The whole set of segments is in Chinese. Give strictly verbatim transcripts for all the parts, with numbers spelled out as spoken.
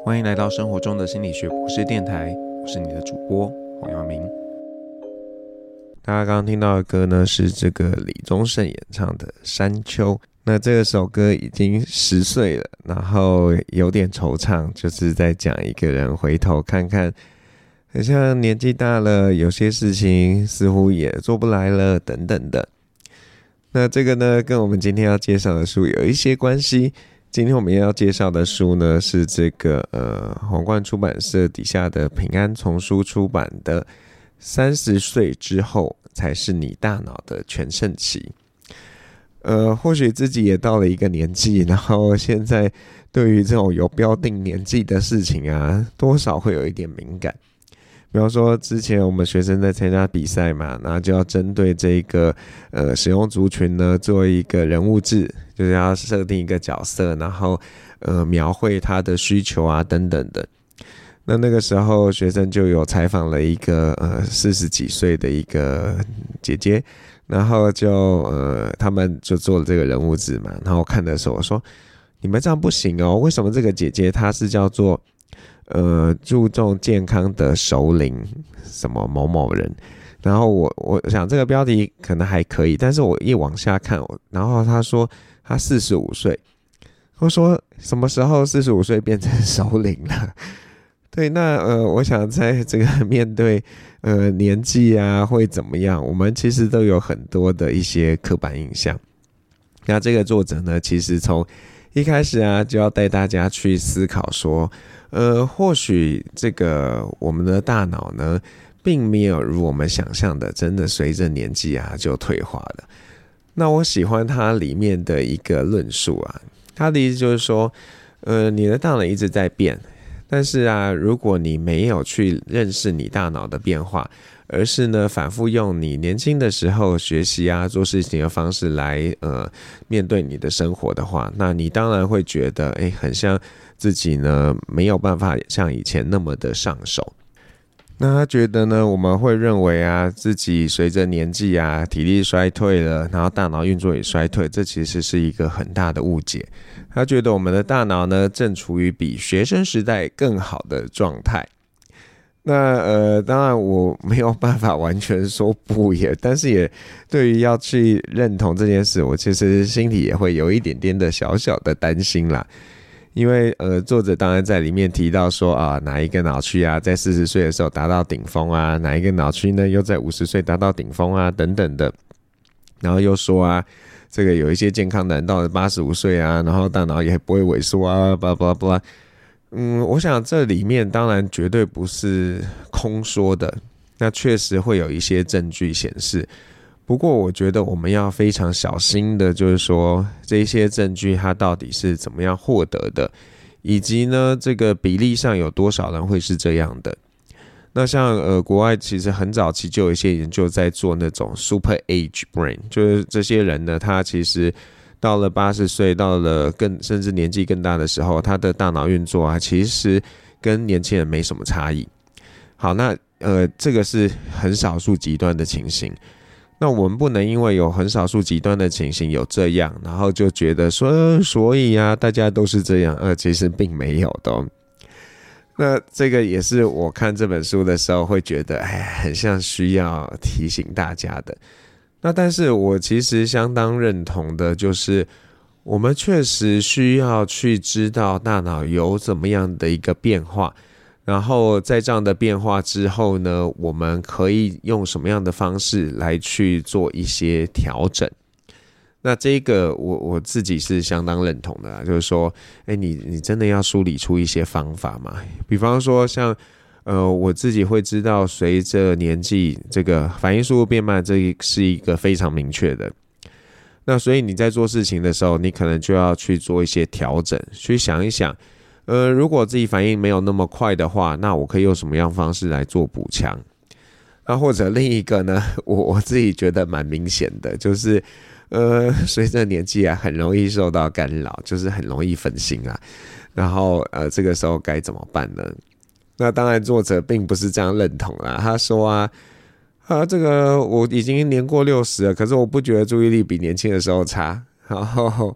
欢迎来到生活中的心理学博士电台，我是你的主播黄耀明。大家刚刚听到的歌呢，是这个李宗盛演唱的《山丘》。那这首歌已经十岁了，然后有点惆怅，就是在讲一个人回头看看，很像年纪大了，有些事情似乎也做不来了等等的。那这个呢，跟我们今天要介绍的书有一些关系。今天我们要介绍的书呢，是这个呃皇冠出版社底下的平安丛书出版的《三十岁之后才是你大脑的全盛期》。呃，或许自己也到了一个年纪，然后现在对于这种有标定年纪的事情啊，多少会有一点敏感。比方说，之前我们学生在参加比赛嘛，然后就要针对这个呃使用族群呢，做一个人物志，就是要设定一个角色，然后呃描绘他的需求啊等等的。那那个时候，学生就有采访了一个呃四十几岁的一个姐姐，然后就呃他们就做了这个人物志嘛，然后我看的时候我说，你们这样不行哦，为什么这个姐姐她是叫做呃，注重健康的熟龄什么某某人，然后我我想这个标题可能还可以，但是我一往下看，然后他说他四十五岁，我说什么时候四十五岁变成熟龄了？对，那呃，我想在这个面对呃年纪啊会怎么样，我们其实都有很多的一些刻板印象。那这个作者呢，其实从一开始啊就要带大家去思考说。呃，或许这个我们的大脑呢，并没有如我们想象的，真的随着年纪啊就退化了。那我喜欢它里面的一个论述啊，它的意思就是说，呃，你的大脑一直在变，但是啊，如果你没有去认识你大脑的变化，而是呢反复用你年轻的时候学习啊做事情的方式来呃面对你的生活的话，那你当然会觉得，哎，很像。自己呢没有办法像以前那么的上手。那他觉得呢，我们会认为啊，自己随着年纪啊，体力衰退了，然后大脑运作也衰退，这其实是一个很大的误解。他觉得我们的大脑呢，正处于比学生时代更好的状态。那呃，当然我没有办法完全说不也，但是也对于要去认同这件事，我其实心里也会有一点点的小小的担心啦。因为呃，作者当然在里面提到说啊，哪一个脑区啊，在四十岁的时候达到顶峰啊，哪一个脑区呢又在五十岁达到顶峰啊，等等的。然后又说啊，这个有一些健康的人到了八十五岁啊，然后大脑也不会萎缩啊，巴拉巴拉巴拉。嗯，我想这里面当然绝对不是空说的，那确实会有一些证据显示。不过我觉得我们要非常小心的，就是说这些证据它到底是怎么样获得的，以及呢这个比例上有多少人会是这样的。那像呃国外其实很早期就有一些研究在做那种 super age brain， 就是这些人呢，他其实到了八十岁，到了更甚至年纪更大的时候，他的大脑运作啊，其实跟年轻人没什么差异。好，那呃这个是很少数极端的情形。那我们不能因为有很少数极端的情形有这样，然后就觉得说，所以啊，大家都是这样，呃，其实并没有的哦。那这个也是我看这本书的时候会觉得，哎，很像需要提醒大家的。那但是我其实相当认同的，就是我们确实需要去知道大脑有怎么样的一个变化。然后在这样的变化之后呢，我们可以用什么样的方式来去做一些调整？那这个我我自己是相当认同的啦，就是说，哎，你你真的要梳理出一些方法嘛？比方说像呃，我自己会知道，随着年纪，这个反应速度变慢，这是一个非常明确的。那所以你在做事情的时候，你可能就要去做一些调整，去想一想。呃，如果自己反应没有那么快的话，那我可以用什么样方式来做补强？那或者另一个呢，我我自己觉得蛮明显的，就是呃，随着年纪啊，很容易受到干扰，就是很容易分心啊。然后呃，这个时候该怎么办呢？那当然，作者并不是这样认同啦。他说啊，啊，这个我已经年过六十了，可是我不觉得注意力比年轻的时候差。然后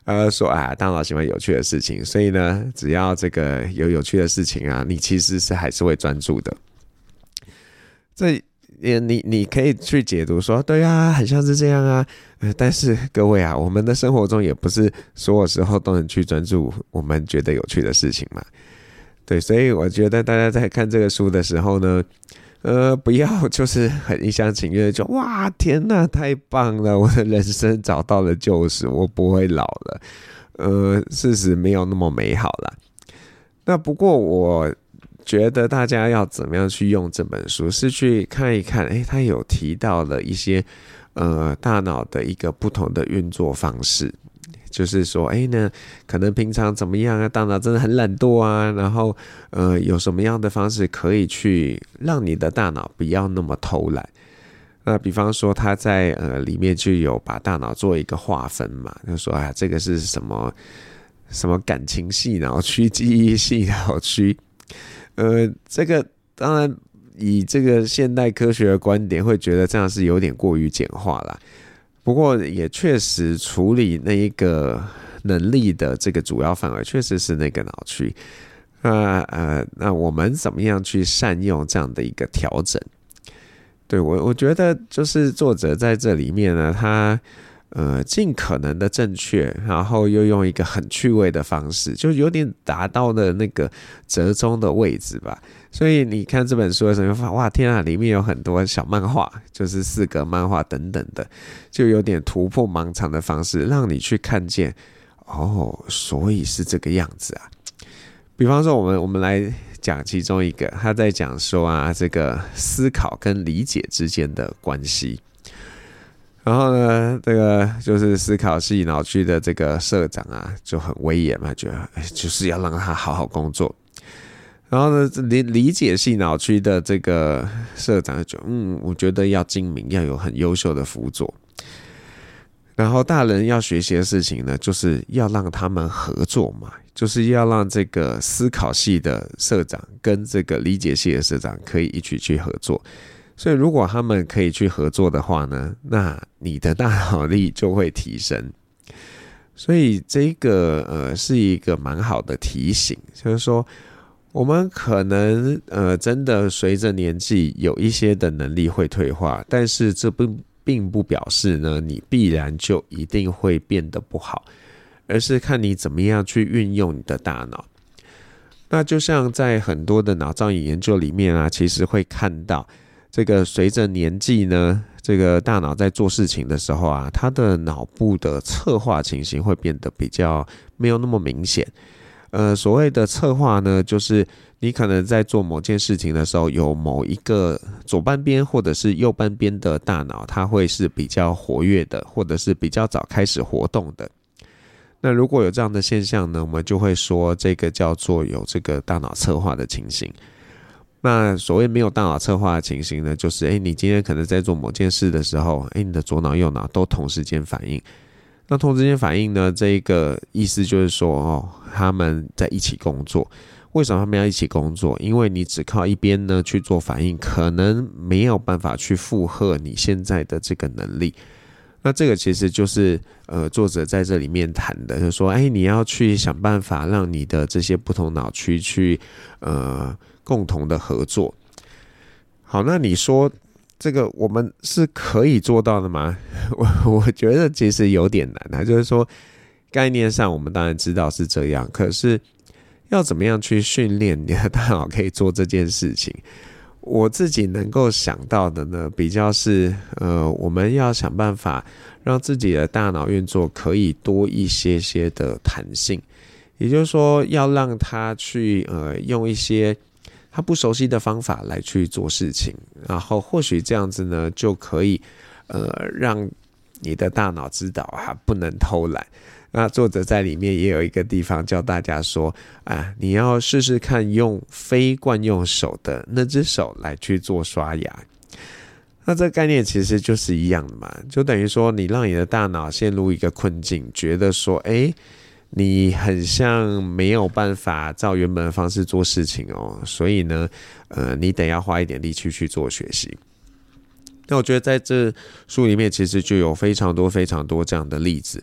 呃，说啊，大脑喜欢有趣的事情，所以呢，只要这个有有趣的事情啊，你其实是还是会专注的。这你你可以去解读说，对啊，很像是这样啊。呃，但是各位啊，我们的生活中也不是所有时候都能去专注我们觉得有趣的事情嘛。对，所以我觉得大家在看这个书的时候呢，呃，不要就是很一厢情愿的就哇天哪，太棒了，我的人生找到了救赎，我不会老了。呃，事实没有那么美好啦。那不过我觉得大家要怎么样去用这本书，是去看一看，哎，他有提到了一些呃大脑的一个不同的运作方式。就是说，哎呢，可能平常怎么样啊？大脑真的很懒惰啊，然后呃，有什么样的方式可以去让你的大脑不要那么偷懒？那比方说，他在呃里面就有把大脑做一个划分嘛，就说啊，这个是什么什么感情系脑区、记忆系脑区，呃，这个当然以这个现代科学的观点，会觉得这样是有点过于简化啦。不过也确实处理那一个能力的这个主要范围确实是那个脑区。那呃，那我们怎么样去善用这样的一个调整？对，我我觉得就是作者在这里面呢，他呃尽可能的正确，然后又用一个很趣味的方式，就有点达到了那个折中的位置吧。所以你看这本书的时候，就发现哇天啊，里面有很多小漫画，就是四格漫画等等的，就有点突破盲肠的方式，让你去看见哦，所以是这个样子啊。比方说，我们我们来讲其中一个，他在讲说啊，这个思考跟理解之间的关系。然后呢，这个就是思考系脑区的这个社长啊，就很威严嘛，觉得就是要让他好好工作。然后呢，理理解系脑区的这个社长就嗯，我觉得要精明，要有很优秀的辅佐。然后大人要学习的事情呢，就是要让他们合作嘛，就是要让这个思考系的社长跟这个理解系的社长可以一起去合作。所以如果他们可以去合作的话呢，那你的大脑力就会提升。所以这个呃是一个蛮好的提醒，就是说我们可能呃真的随着年纪有一些的能力会退化，但是这不并不表示呢你必然就一定会变得不好，而是看你怎么样去运用你的大脑。那就像在很多的脑造影研究里面啊，其实会看到这个随着年纪呢，这个大脑在做事情的时候啊，它的脑部的侧化情形会变得比较没有那么明显。呃，所谓的侧化呢，就是你可能在做某件事情的时候，有某一个左半边或者是右半边的大脑，它会是比较活跃的，或者是比较早开始活动的。那如果有这样的现象呢，我们就会说这个叫做有这个大脑侧化的情形。那所谓没有大脑侧化的情形呢，就是诶你今天可能在做某件事的时候，诶你的左脑右脑都同时间反应。那同时间反应呢，这个意思就是说哦，他们在一起工作。为什么他们要一起工作？因为你只靠一边呢去做反应，可能没有办法去负荷你现在的这个能力。那这个其实就是呃作者在这里面谈的，就是说，哎，你要去想办法让你的这些不同脑区去呃共同的合作。好，那你说这个我们是可以做到的吗？我我觉得其实有点难啊，就是说概念上我们当然知道是这样，可是要怎么样去训练你的大脑可以做这件事情？我自己能够想到的呢，比较是呃，我们要想办法让自己的大脑运作可以多一些些的弹性，也就是说，要让他去呃用一些他不熟悉的方法来去做事情，然后或许这样子呢，就可以呃让你的大脑知道啊，不能偷懒。那作者在里面也有一个地方教大家说啊，你要试试看用非惯用手的那只手来去做刷牙。那这个概念其实就是一样的嘛，就等于说你让你的大脑陷入一个困境，觉得说诶你很像没有办法照原本的方式做事情哦，所以呢呃，你得要花一点力气去做学习。那我觉得在这书里面其实就有非常多非常多这样的例子。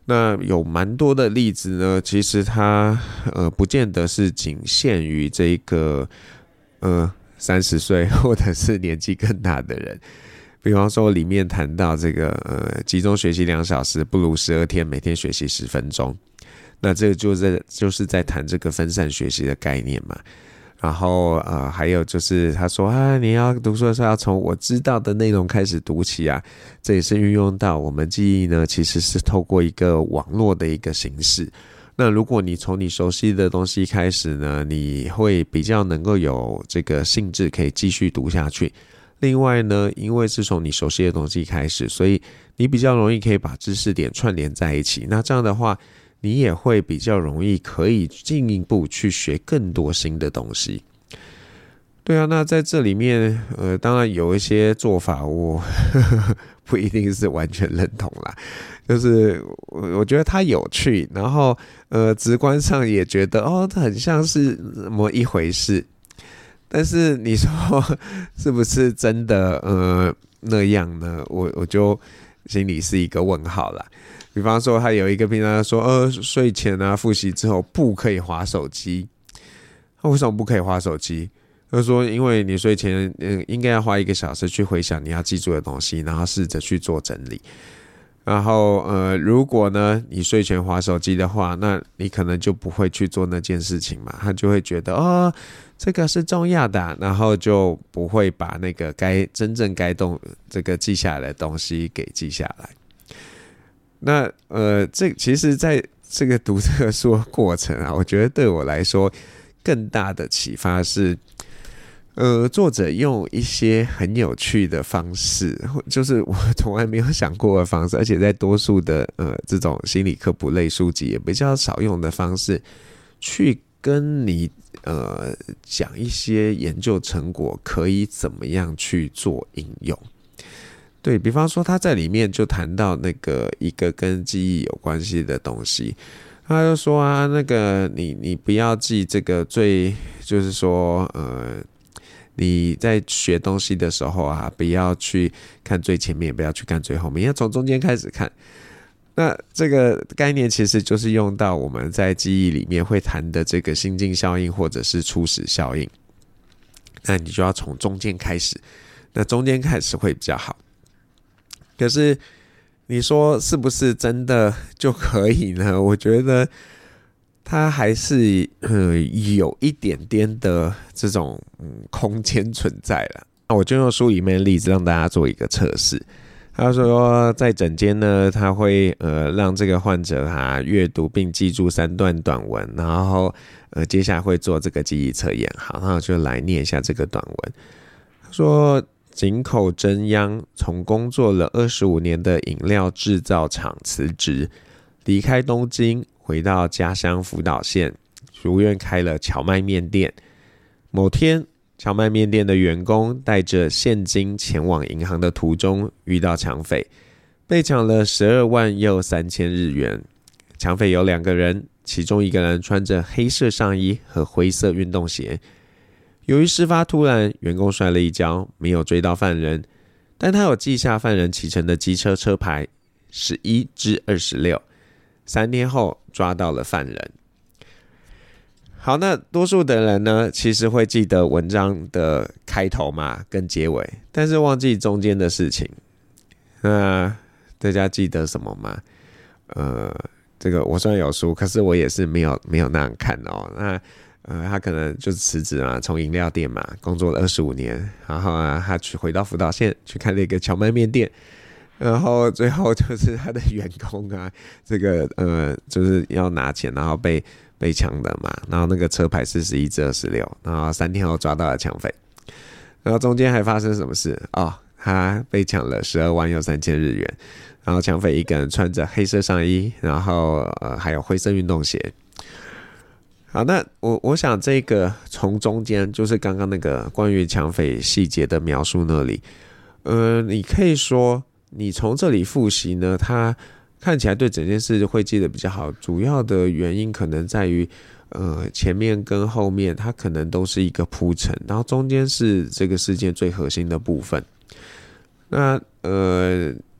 那有蛮多的例子呢，其实它呃不见得是仅限于这个呃三十岁或者是年纪更大的人。比方说里面谈到这个呃集中学习两小时不如十二天，每天学习十分钟。那这个就是就是在谈这个分散学习的概念嘛。然后呃还有就是他说啊，你要读书的时候要从我知道的内容开始读起啊，这也是运用到我们记忆呢其实是透过一个网络的一个形式。那如果你从你熟悉的东西开始呢，你会比较能够有这个兴致可以继续读下去。另外呢，因为是从你熟悉的东西开始，所以你比较容易可以把知识点串联在一起。那这样的话，你也会比较容易可以进一步去学更多新的东西。对啊，那在这里面呃，当然有一些做法我呵呵不一定是完全认同啦，就是我觉得它有趣，然后呃，直观上也觉得哦，它很像是那么一回事，但是你说是不是真的呃那样呢？我我就心里是一个问号啦。比方说他有一个平常说呃睡前啊复习之后不可以滑手机，那为什么不可以滑手机？他说因为你睡前嗯应该要花一个小时去回想你要记住的东西，然后试着去做整理。然后呃如果呢你睡前滑手机的话，那你可能就不会去做那件事情嘛，他就会觉得哦这个是重要的、啊，然后就不会把那个该真正该动这个记下来的东西给记下来。那呃，这其实在这个读这个书的过程啊，我觉得对我来说更大的启发是，呃，作者用一些很有趣的方式，就是我从来没有想过的方式，而且在多数的呃这种心理科普类书籍也比较少用的方式，去跟你呃讲一些研究成果可以怎么样去做应用。对，比方说他在里面就谈到那个一个跟记忆有关系的东西，他就说啊，那个你你不要记这个最，就是说呃你在学东西的时候啊，不要去看最前面，也不要去看最后面，要从中间开始看。那这个概念其实就是用到我们在记忆里面会谈的这个心境效应或者是初始效应。那你就要从中间开始，那中间开始会比较好。可是你说是不是真的就可以呢？我觉得它还是、呃、有一点点的这种、嗯、空间存在了。那我就用书里面的例子让大家做一个测试。他说在诊间呢，他会呃让这个患者啊阅读并记住三段短文，然后呃接下来会做这个记忆测验。好，那我就来念一下这个短文。他说井口真央从工作了二十五年的饮料制造厂辞职，离开东京，回到家乡福岛县，如愿开了荞麦面店。某天，荞麦面店的员工带着现金前往银行的途中，遇到抢匪，被抢了十二万又三千日元。抢匪有两个人，其中一个人穿着黑色上衣和灰色运动鞋。由于事发突然，员工摔了一跤，没有追到犯人，但他有记下犯人骑乘的机车车牌十一至二十六。三天后抓到了犯人。好，那多数的人呢，其实会记得文章的开头嘛，跟结尾，但是忘记中间的事情。那大家记得什么吗？呃，这个我虽然有书，可是我也是没有没有那样看哦。那呃，他可能就是辞职嘛，从饮料店嘛工作了二十五年，然后啊，他去回到福岛县去开了一个荞麦面店，然后最后就是他的员工啊，这个呃就是要拿钱，然后被被抢的嘛，然后那个车牌是十一至二十六，然后三天后抓到了抢匪，然后中间还发生什么事哦？他被抢了十二万又三千日元，然后抢匪一个人穿着黑色上衣，然后呃还有灰色运动鞋。好，那我我想这个从中间就是刚刚那个关于抢匪细节的描述那里，呃，你可以说你从这里复习呢，它看起来对整件事会记得比较好。主要的原因可能在于，呃，前面跟后面它可能都是一个铺陈，然后中间是这个事件最核心的部分。那呃，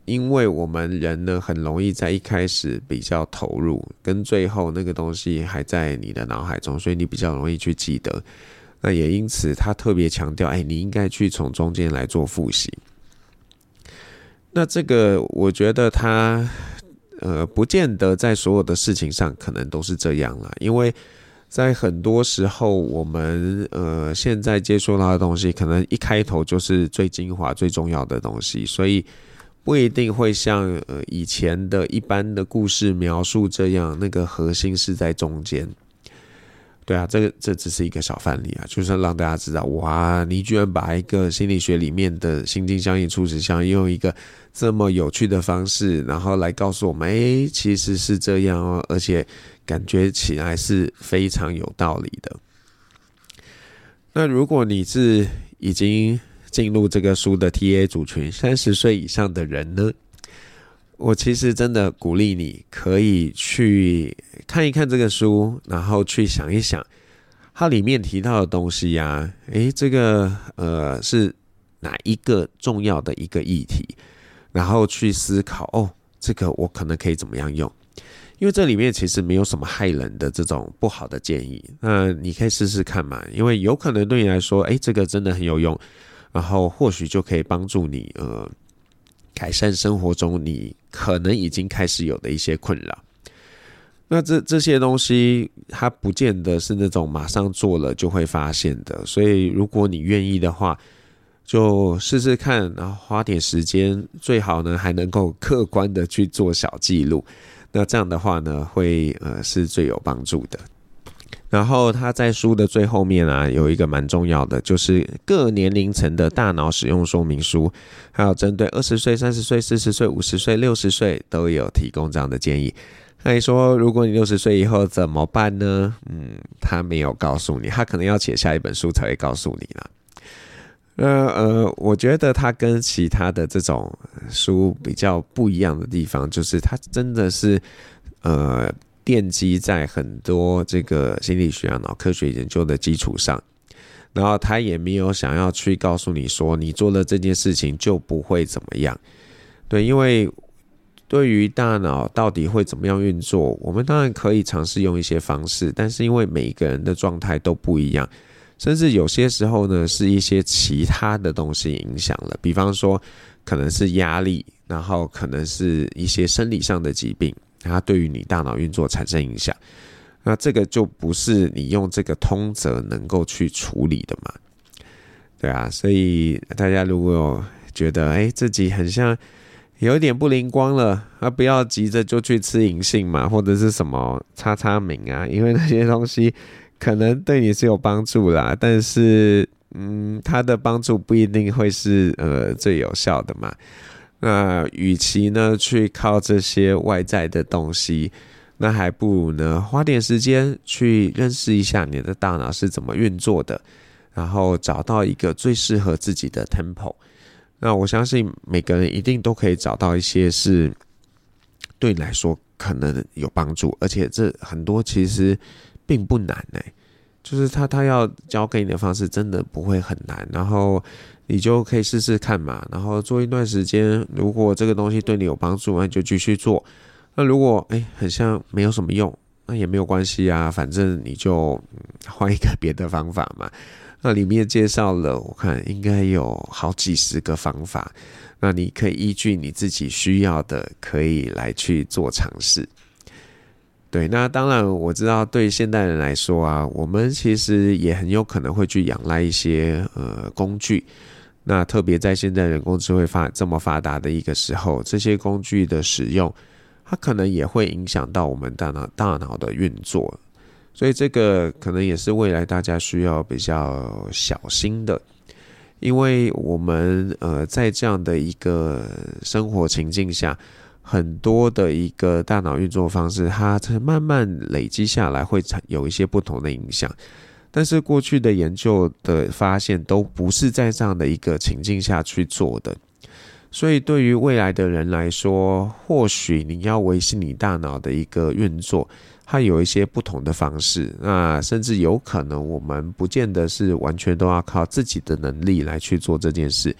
因为我们人呢很容易在一开始比较投入，跟最后那个东西还在你的脑海中，所以你比较容易去记得。那也因此他特别强调，哎，你应该去从中间来做复习。那这个我觉得他呃不见得在所有的事情上可能都是这样啦，因为在很多时候我们呃现在接触到的东西，可能一开头就是最精华最重要的东西，所以不一定会像呃以前的一般的故事描述这样，那个核心是在中间。对啊，这个这只是一个小范例啊，就是让大家知道，哇，你居然把一个心理学里面的心经相应初始效应，用一个这么有趣的方式，然后来告诉我们，哎，其实是这样哦，而且感觉起来是非常有道理的。那如果你是已经进入这个书的 T A 族群，三十岁以上的人呢，我其实真的鼓励你可以去看一看这个书，然后去想一想它里面提到的东西啊，诶，这个呃是哪一个重要的一个议题，然后去思考，哦，这个我可能可以怎么样用。因为这里面其实没有什么害人的这种不好的建议，那你可以试试看嘛，因为有可能对你来说，诶，这个真的很有用，然后或许就可以帮助你呃改善生活中你可能已经开始有的一些困扰。那这这些东西它不见得是那种马上做了就会发现的，所以如果你愿意的话，就试试看，然后花点时间，最好呢还能够客观的去做小记录。那这样的话呢，会呃是最有帮助的。然后他在书的最后面啊，有一个蛮重要的，就是各年龄层的大脑使用说明书，还有针对二十岁、三十岁、四十岁、五十岁、六十岁都有提供这样的建议。那你说，如果你六十岁以后怎么办呢？嗯，他没有告诉你，他可能要写下一本书才会告诉你啦。那呃，我觉得他跟其他的这种书比较不一样的地方，就是他真的是呃奠基在很多这个心理学啊、脑科学研究的基础上，然后他也没有想要去告诉你说，你做了这件事情就不会怎么样。对，因为对于大脑到底会怎么样运作，我们当然可以尝试用一些方式，但是因为每一个人的状态都不一样。甚至有些时候呢，是一些其他的东西影响了，比方说可能是压力，然后可能是一些生理上的疾病，它对于你大脑运作产生影响。那这个就不是你用这个通则能够去处理的嘛，对啊。所以大家如果有觉得哎自己很像有一点不灵光了，啊，不要急着就去吃银杏嘛，或者是什么叉叉明啊，因为那些东西可能对你是有帮助啦，但是嗯，它的帮助不一定会是呃最有效的嘛。那与其呢去靠这些外在的东西，那还不如呢花点时间去认识一下你的大脑是怎么运作的，然后找到一个最适合自己的 tempo。那我相信每个人一定都可以找到一些是对你来说可能有帮助，而且这很多其实并不难欸，就是他他要教给你的方式真的不会很难，然后你就可以试试看嘛，然后做一段时间，如果这个东西对你有帮助，那你就继续做。那如果哎很像没有什么用，那也没有关系啊，反正你就换、嗯、一个别的方法嘛。那里面介绍了，我看应该有好几十个方法，那你可以依据你自己需要的，可以来去做尝试。对，那当然我知道对现代人来说啊，我们其实也很有可能会去仰赖一些呃工具。那特别在现在人工智慧发这么发达的一个时候，这些工具的使用，它可能也会影响到我们大脑大脑的运作。所以这个可能也是未来大家需要比较小心的，因为我们呃在这样的一个生活情境下，很多的一个大脑运作方式，它慢慢累积下来会有一些不同的影响。但是过去的研究的发现都不是在这样的一个情境下去做的，所以对于未来的人来说，或许你要维系你大脑的一个运作，它有一些不同的方式，那甚至有可能我们不见得是完全都要靠自己的能力来去做这件事，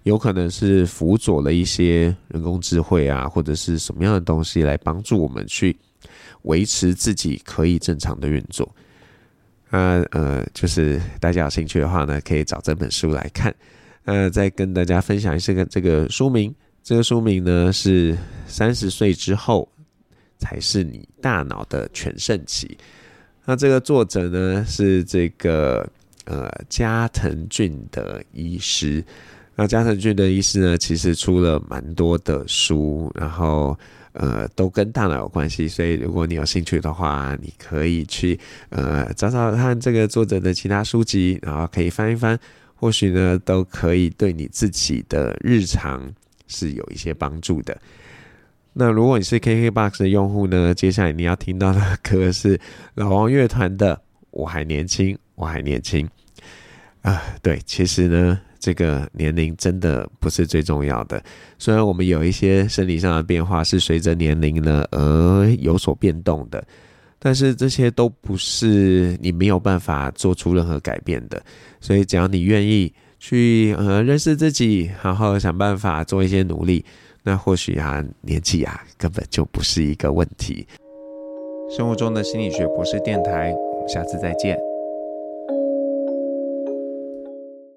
有可能是辅佐了一些人工智慧啊，或者是什么样的东西来帮助我们去维持自己可以正常的运作。那呃，就是大家有兴趣的话呢，可以找这本书来看。呃，再跟大家分享一下这个这个书名，这个书名呢是三十岁之后才是你大脑的全盛期。那这个作者呢是这个呃加藤俊的医师。那加藤俊的医师呢，其实出了蛮多的书，然后呃都跟大脑有关系，所以如果你有兴趣的话，你可以去呃找找看这个作者的其他书籍，然后可以翻一翻。或许呢，都可以对你自己的日常是有一些帮助的。那如果你是 K K B O X 的用户呢，接下来你要听到的歌是老王乐团的《我还年轻，我还年轻》啊、呃。对，其实呢，这个年龄真的不是最重要的。虽然我们有一些生理上的变化是随着年龄呢而有所变动的，但是这些都不是你没有办法做出任何改变的。所以只要你愿意去呃认识自己，然后想办法做一些努力，那或许啊年纪啊根本就不是一个问题。生活中的心理学博士电台，我们下次再见。